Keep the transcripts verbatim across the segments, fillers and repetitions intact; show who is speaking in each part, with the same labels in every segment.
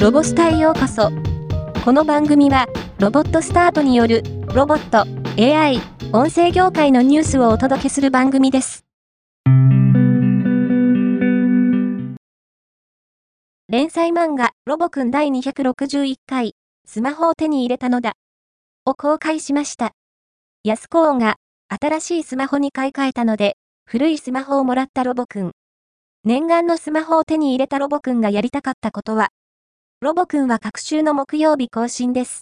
Speaker 1: ロボスタへようこそ。この番組は、ロボットスタートによる、ロボット、エーアイ、音声業界のニュースをお届けする番組です。連載漫画、ロボくんだいにひゃくろくじゅういっかい、スマホを手に入れたのだ。を公開しました。安子王が、新しいスマホに買い替えたので、古いスマホをもらったロボくん。念願のスマホを手に入れたロボくんがやりたかったことは、ロボくんは各週の木曜日更新です。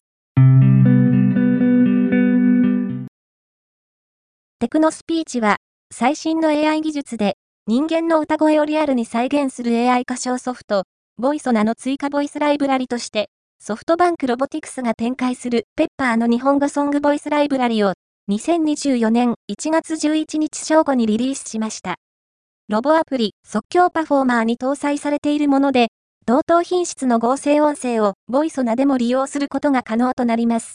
Speaker 1: テクノスピーチは、最新の エーアイ 技術で、人間の歌声をリアルに再現する エーアイ 歌唱ソフト、ボイソナの追加ボイスライブラリとして、ソフトバンクロボティクスが展開するペッパーの日本語ソングボイスライブラリを、にせんにじゅうよねんいちがつじゅういちにち正午にリリースしました。ロボアプリ、即興パフォーマーに搭載されているもので、同等品質の合成音声をボイソナでも利用することが可能となります。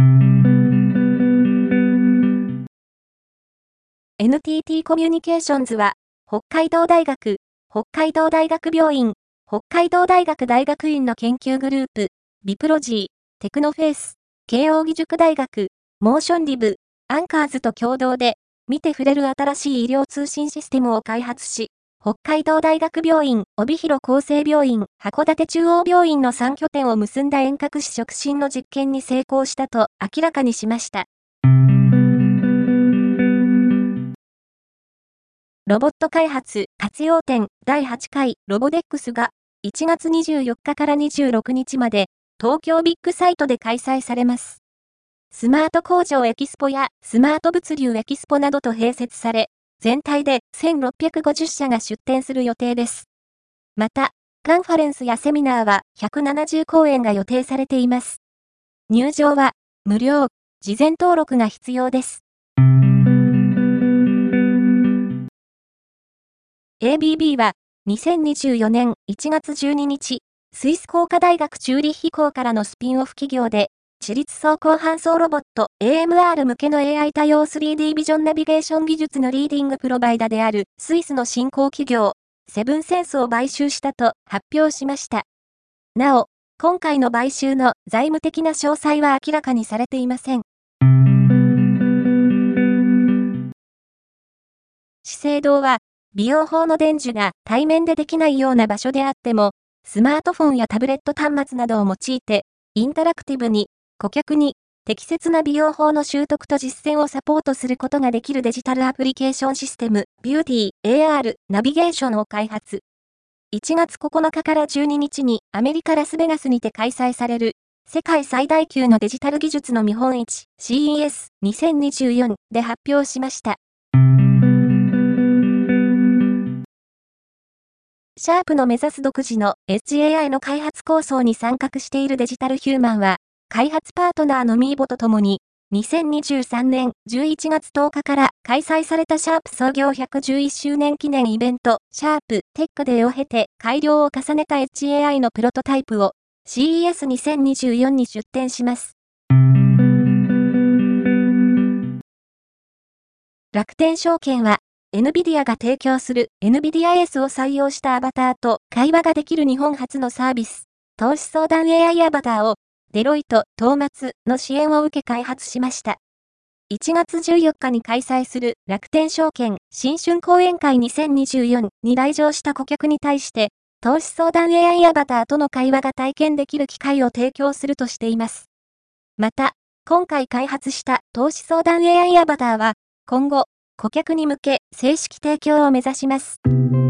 Speaker 1: エヌティーティー コミュニケーションズは、北海道大学、北海道大学病院、北海道大学大学院の研究グループ、ビプロジー、テクノフェイス、慶應義塾大学、モーションリブ、アンカーズと共同で、見て触れる新しい医療通信システムを開発し、北海道大学病院、帯広厚生病院、函館中央病院のさんきょてんを結んだ遠隔視触診の実験に成功したと明らかにしました。ロボット開発活用展だいはちかいロボデックスがいちがつにじゅうよっかからにじゅうろくにちまで東京ビッグサイトで開催されます。スマート工場エキスポやスマート物流エキスポなどと併設され、全体でせんろっぴゃくごじゅっしゃが出展する予定です。また、カンファレンスやセミナーはひゃくななじゅうこうえんが予定されています。入場は無料、事前登録が必要です。エービービー はにせんにじゅうよねんいちがつじゅうににち、スイス工科大学チューリッヒ校からのスピンオフ企業で、自律走行搬送ロボット エーエムアール 向けの エーアイ 多用 スリーディー ビジョンナビゲーション技術のリーディングプロバイダであるスイスの新興企業、セブンセンスを買収したと発表しました。なお、今回の買収の財務的な詳細は明らかにされていません。資生堂は、美容法の伝授が対面でできないような場所であっても、スマートフォンやタブレット端末などを用いて、インタラクティブに、顧客に適切な美容法の習得と実践をサポートすることができるデジタルアプリケーションシステム、ビューティー、エーアール、ナビゲーションを開発。いちがつここのかからじゅうににちにアメリカラスベガスにて開催される、世界最大級のデジタル技術の見本市、シーイーエスにせんにじゅうよん で発表しました。シャープの目指す独自の エッジエーアイ の開発構想に参画しているデジタルヒューマンは、開発パートナーのミーボとともに、にせんにじゅうさんねんじゅういちがつとおかから開催されたシャープ創業ひゃくじゅういっしゅうねん記念イベント、シャープテックデーを経て改良を重ねた エッジエーアイ のプロトタイプを シーイーエスにせんにじゅうよん に出展します。楽天証券は、エヌビディア が提供する エヌビディア エース を採用したアバターと会話ができる日本初のサービス、投資相談 エーアイ アバターをデロイト、トーマツの支援を受け開発しました。いちがつじゅうよっかに開催する楽天証券新春講演会にせんにじゅうよんに来場した顧客に対して、投資相談 エーアイ アバターとの会話が体験できる機会を提供するとしています。また、今回開発した投資相談 エーアイ アバターは、今後、顧客に向け正式提供を目指します。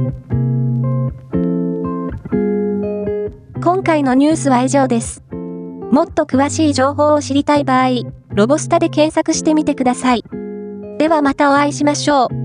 Speaker 1: 今回のニュースは以上です。もっと詳しい情報を知りたい場合、ロボスタで検索してみてください。ではまたお会いしましょう。